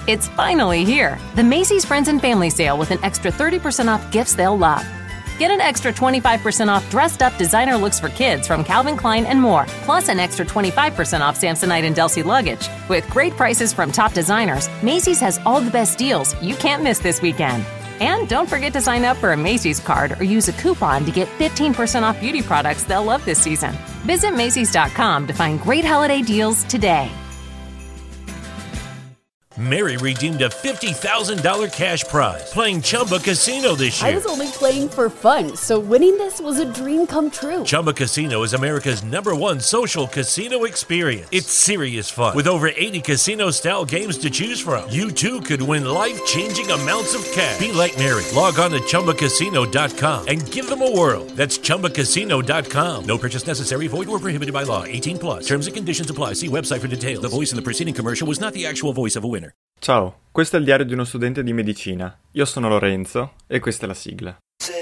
It's finally here. The Macy's Friends and Family Sale with an extra 30% off gifts they'll love. Get an extra 25% off dressed-up designer looks for kids from Calvin Klein and more, plus an extra 25% off Samsonite and Delsey luggage. With great prices from top designers, Macy's has all the best deals you can't miss this weekend. And don't forget to sign up for a Macy's card or use a coupon to get 15% off beauty products they'll love this season. Visit Macys.com to find great holiday deals today. Mary redeemed a $50,000 cash prize playing Chumba Casino this year. I was only playing for fun, so winning this was a dream come true. Chumba Casino is America's #1 social casino experience. It's serious fun. With over 80 casino-style games to choose from, you too could win life-changing amounts of cash. Be like Mary. Log on to ChumbaCasino.com and give them a whirl. That's ChumbaCasino.com. No purchase necessary. Void or prohibited by law. 18 plus. Terms and conditions apply. See website for details. The voice in the preceding commercial was not the actual voice of a winner. Ciao, questo è il diario di uno studente di medicina. Io sono Lorenzo e questa è la sigla.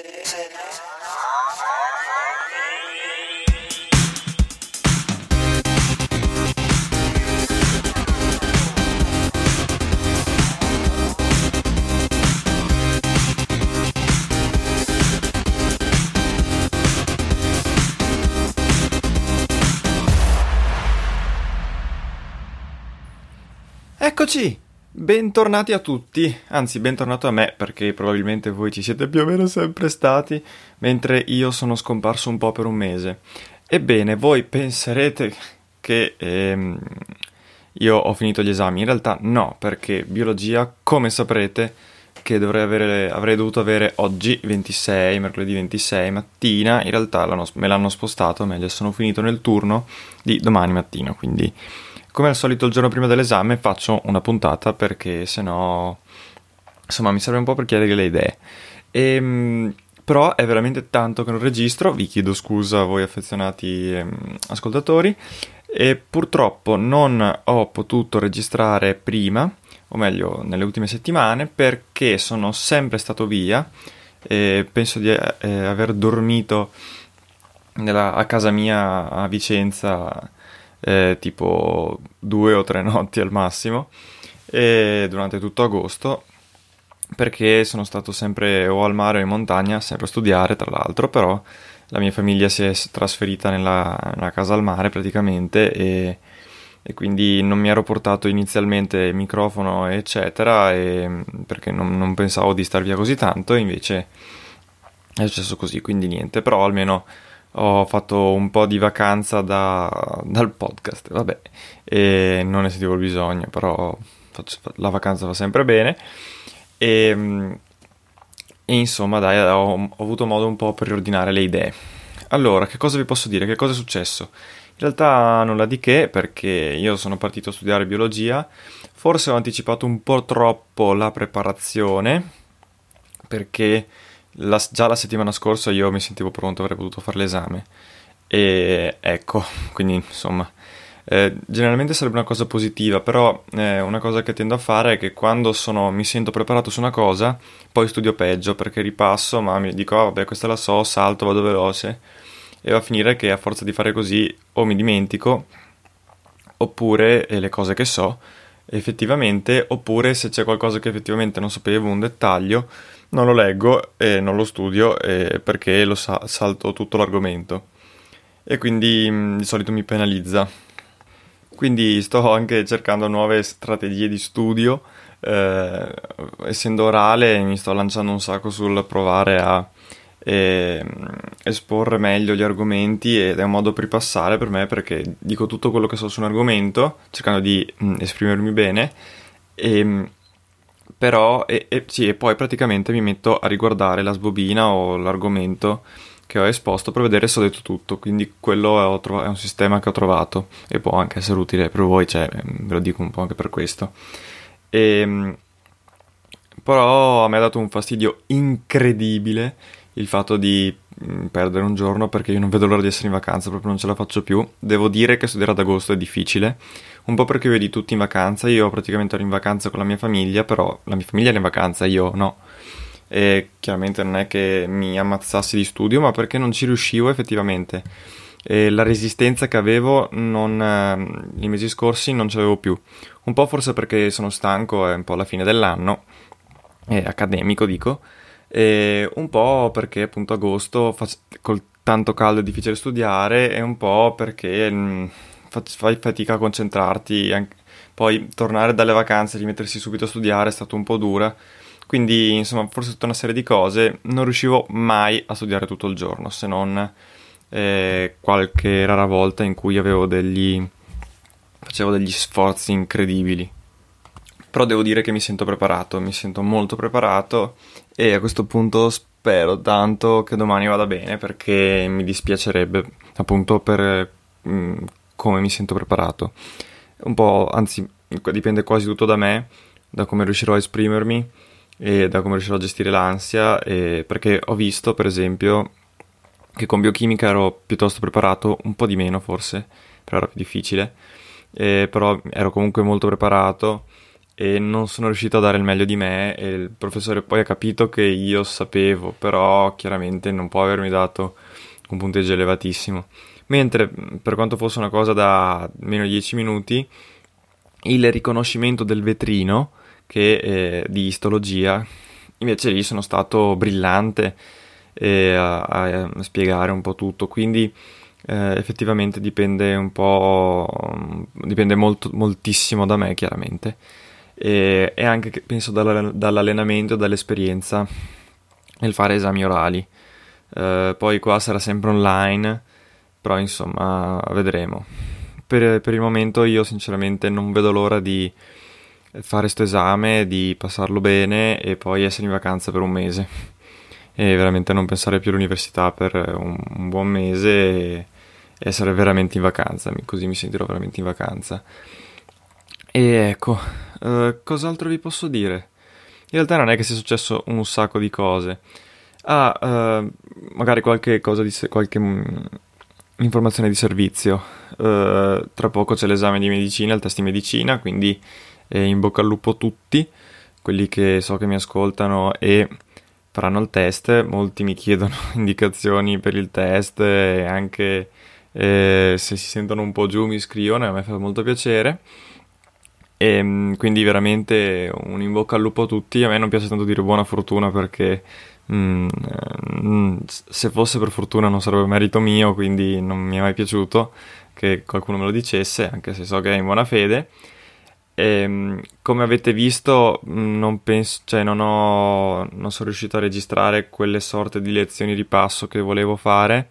Eccoci! Bentornati a tutti, anzi bentornato a me perché probabilmente voi ci siete più o meno sempre stati, mentre io sono scomparso un po' per un mese. Ebbene, voi penserete che io ho finito gli esami, in realtà no, perché biologia, come saprete, che avrei dovuto avere oggi, mercoledì 26 mattina, in realtà me l'hanno spostato, meglio, sono finito nel turno di domani mattina, quindi... Come al solito il giorno prima dell'esame faccio una puntata perché sennò insomma mi serve un po' per chiarire le idee. Però è veramente tanto che non registro, vi chiedo scusa a voi affezionati ascoltatori, e purtroppo non ho potuto registrare prima, o meglio nelle ultime settimane, perché sono sempre stato via e penso di aver dormito a casa mia a Vicenza tipo 2 o 3 notti al massimo, e durante tutto agosto, perché sono stato sempre o al mare o in montagna, sempre a studiare tra l'altro, però la mia famiglia si è trasferita nella casa al mare praticamente, e quindi non mi ero portato inizialmente microfono eccetera, perché non pensavo di star via così tanto, e invece è successo così, quindi niente, però almeno ho fatto un po' di vacanza dal podcast, vabbè, e non ne sentivo il bisogno, però la vacanza va sempre bene, e insomma dai, ho avuto modo un po' per riordinare le idee. Allora, che cosa vi posso dire? Che cosa è successo? In realtà nulla di che, perché io sono partito a studiare biologia, forse ho anticipato un po' troppo la preparazione, perché... già la settimana scorsa io mi sentivo pronto, avrei potuto fare l'esame, e ecco, quindi insomma generalmente sarebbe una cosa positiva, però una cosa che tendo a fare è che quando mi sento preparato su una cosa, poi studio peggio, perché ripasso, ma mi dico vabbè, questa la so, salto, vado veloce, e va a finire che a forza di fare così o mi dimentico, oppure le cose che so effettivamente, oppure se c'è qualcosa che effettivamente non sapevo, un dettaglio, non lo leggo e non lo studio, perché salto tutto l'argomento, e quindi di solito mi penalizza. Quindi sto anche cercando nuove strategie di studio, essendo orale mi sto lanciando un sacco sul provare a esporre meglio gli argomenti, ed è un modo per ripassare per me, perché dico tutto quello che so su un argomento cercando di esprimermi bene, però sì, e poi praticamente mi metto a riguardare la sbobina o l'argomento che ho esposto per vedere se ho detto tutto, quindi quello è un sistema che ho trovato e può anche essere utile per voi, cioè ve lo dico un po' anche per questo. Però a me ha dato un fastidio incredibile il fatto di perdere un giorno, perché io non vedo l'ora di essere in vacanza, proprio non ce la faccio più. Devo dire che studiare ad agosto è difficile, un po' perché vedi tutti in vacanza, io praticamente ero in vacanza con la mia famiglia, però la mia famiglia era in vacanza, io no, e chiaramente non è che mi ammazzassi di studio, ma perché non ci riuscivo effettivamente e la resistenza che avevo i mesi scorsi non ce l'avevo più. Un po' forse perché sono stanco, è un po' la fine dell'anno, accademico dico, e un po' perché appunto agosto col tanto caldo è difficile studiare, e un po' perché fai fatica a concentrarti, poi tornare dalle vacanze e rimettersi subito a studiare è stato un po' dura, quindi insomma forse tutta una serie di cose. Non riuscivo mai a studiare tutto il giorno, se non qualche rara volta in cui facevo degli sforzi incredibili. Però devo dire che mi sento molto preparato, e a questo punto spero tanto che domani vada bene, perché mi dispiacerebbe appunto per come mi sento preparato. Un po', anzi, dipende quasi tutto da me, da come riuscirò a esprimermi e da come riuscirò a gestire l'ansia, perché ho visto per esempio che con biochimica ero piuttosto preparato, un po' di meno forse, però era più difficile, però ero comunque molto preparato e non sono riuscito a dare il meglio di me, e il professore poi ha capito che io sapevo, però chiaramente non può avermi dato un punteggio elevatissimo. Mentre per quanto fosse una cosa da meno di 10 minuti, il riconoscimento del vetrino di istologia, invece lì sono stato brillante a spiegare un po' tutto, quindi effettivamente dipende moltissimo da me, chiaramente, e anche penso dall'allenamento, dall'esperienza nel fare esami orali. Poi qua sarà sempre online, però insomma vedremo. Per il momento io sinceramente non vedo l'ora di fare sto esame, di passarlo bene e poi essere in vacanza per un mese, e veramente non pensare più all'università per un buon mese, e essere veramente in vacanza, così mi sentirò veramente in vacanza. E ecco, cos'altro vi posso dire? In realtà non è che sia successo un sacco di cose. Magari qualche informazione di servizio. Tra poco c'è l'esame di medicina, il test di medicina, quindi in bocca al lupo tutti quelli che so che mi ascoltano e faranno il test. Molti mi chiedono indicazioni per il test, e anche se si sentono un po' giù mi scrivono, e a me fa molto piacere. E quindi veramente un in bocca al lupo a tutti. A me non piace tanto dire buona fortuna, perché se fosse per fortuna non sarebbe merito mio, quindi non mi è mai piaciuto che qualcuno me lo dicesse, anche se so che è in buona fede. Come avete visto, non sono riuscito a registrare quelle sorte di lezioni di passo che volevo fare,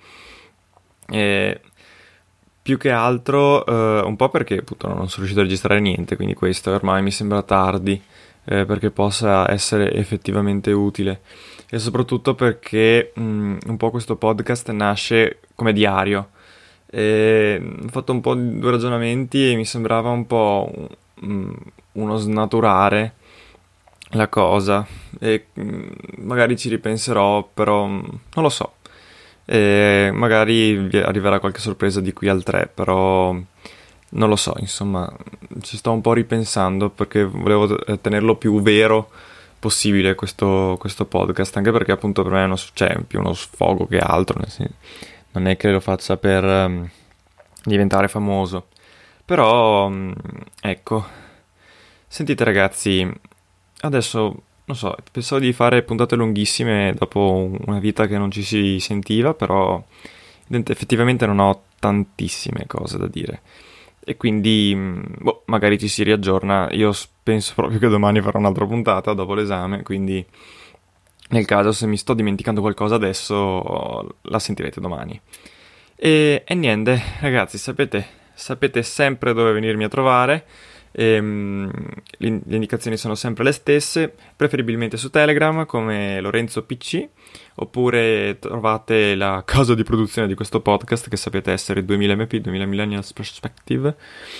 più che altro un po' perché appunto non sono riuscito a registrare niente, quindi questo ormai mi sembra tardi perché possa essere effettivamente utile, e soprattutto perché un po' questo podcast nasce come diario. Ho fatto un po' di due ragionamenti e mi sembrava un po' uno snaturare la cosa, e magari ci ripenserò, però non lo so. Magari vi arriverà qualche sorpresa di qui al 3, però non lo so, insomma ci sto un po' ripensando, perché volevo tenerlo più vero possibile questo podcast, anche perché appunto per me è più uno sfogo che altro, non è che lo faccia per diventare famoso. Però ecco, sentite ragazzi, adesso non so, pensavo di fare puntate lunghissime dopo una vita che non ci si sentiva, però effettivamente non ho tantissime cose da dire, e quindi magari ci si riaggiorna. Io penso proprio che domani farò un'altra puntata dopo l'esame, quindi nel caso se mi sto dimenticando qualcosa adesso la sentirete domani. E niente ragazzi, sapete sempre dove venirmi a trovare. Le indicazioni sono sempre le stesse, preferibilmente su Telegram come Lorenzo PC, oppure trovate la casa di produzione di questo podcast, che sapete essere 2000MP, 2000 Millennials Perspective,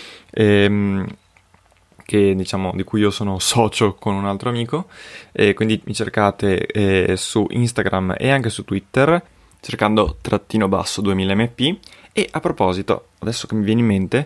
che diciamo di cui io sono socio con un altro amico, e quindi mi cercate su Instagram e anche su Twitter cercando _ 2000MP. E a proposito, adesso che mi viene in mente,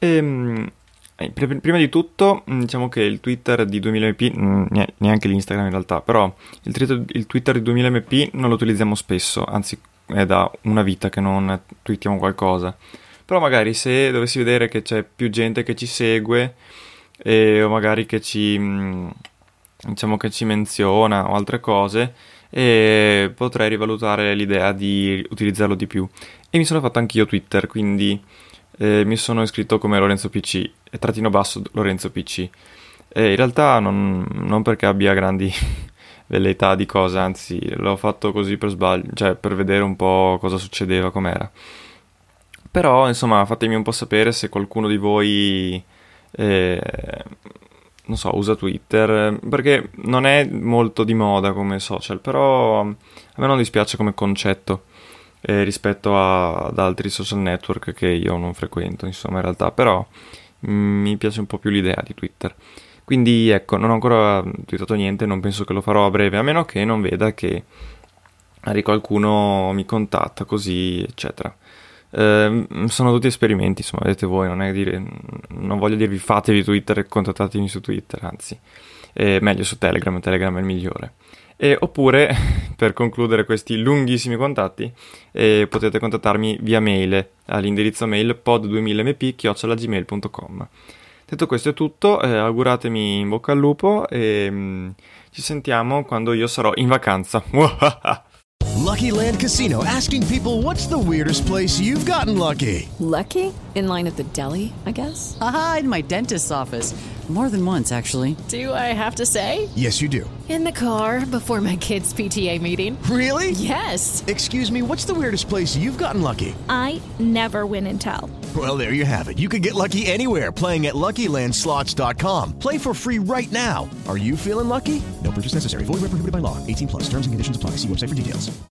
prima di tutto diciamo che il Twitter di 2000MP, neanche l'Instagram in realtà, però il Twitter di 2000MP non lo utilizziamo spesso, anzi è da una vita che non twittiamo qualcosa. Però magari se dovessi vedere che c'è più gente che ci segue o magari che ci diciamo che ci menziona o altre cose, e potrei rivalutare l'idea di utilizzarlo di più. E mi sono fatto anch'io Twitter, quindi mi sono iscritto come Lorenzo PC _ Lorenzo PC. In realtà non perché abbia grandi velleità di cosa, anzi l'ho fatto così per sbaglio, cioè per vedere un po' cosa succedeva, com'era. Però insomma fatemi un po' sapere se qualcuno di voi non so, usa Twitter, perché non è molto di moda come social, però a me non dispiace come concetto rispetto ad altri social network che io non frequento, insomma, in realtà, però mi piace un po' più l'idea di Twitter. Quindi ecco, non ho ancora twittato niente, non penso che lo farò a breve, a meno che non veda che qualcuno mi contatta così, eccetera. Sono tutti esperimenti, insomma, vedete voi, non voglio dirvi fatevi Twitter e contattatemi su Twitter, anzi meglio su Telegram è il migliore. Oppure, per concludere questi lunghissimi contatti, potete contattarmi via mail all'indirizzo mail pod2000mp@gmail.com. Detto questo è tutto, auguratemi in bocca al lupo e ci sentiamo quando io sarò in vacanza. Lucky Land Casino, asking people, what's the weirdest place you've gotten lucky? Lucky? In line at the deli, I guess? Aha, in my dentist's office. More than once, actually. Do I have to say? Yes, you do. In the car before my kids' PTA meeting. Really? Yes. Excuse me, what's the weirdest place you've gotten lucky? I never win and tell. Well, there you have it. You can get lucky anywhere, playing at LuckyLandSlots.com. Play for free right now. Are you feeling lucky? No purchase necessary. Void where prohibited by law. 18+. Terms and conditions apply. See website for details.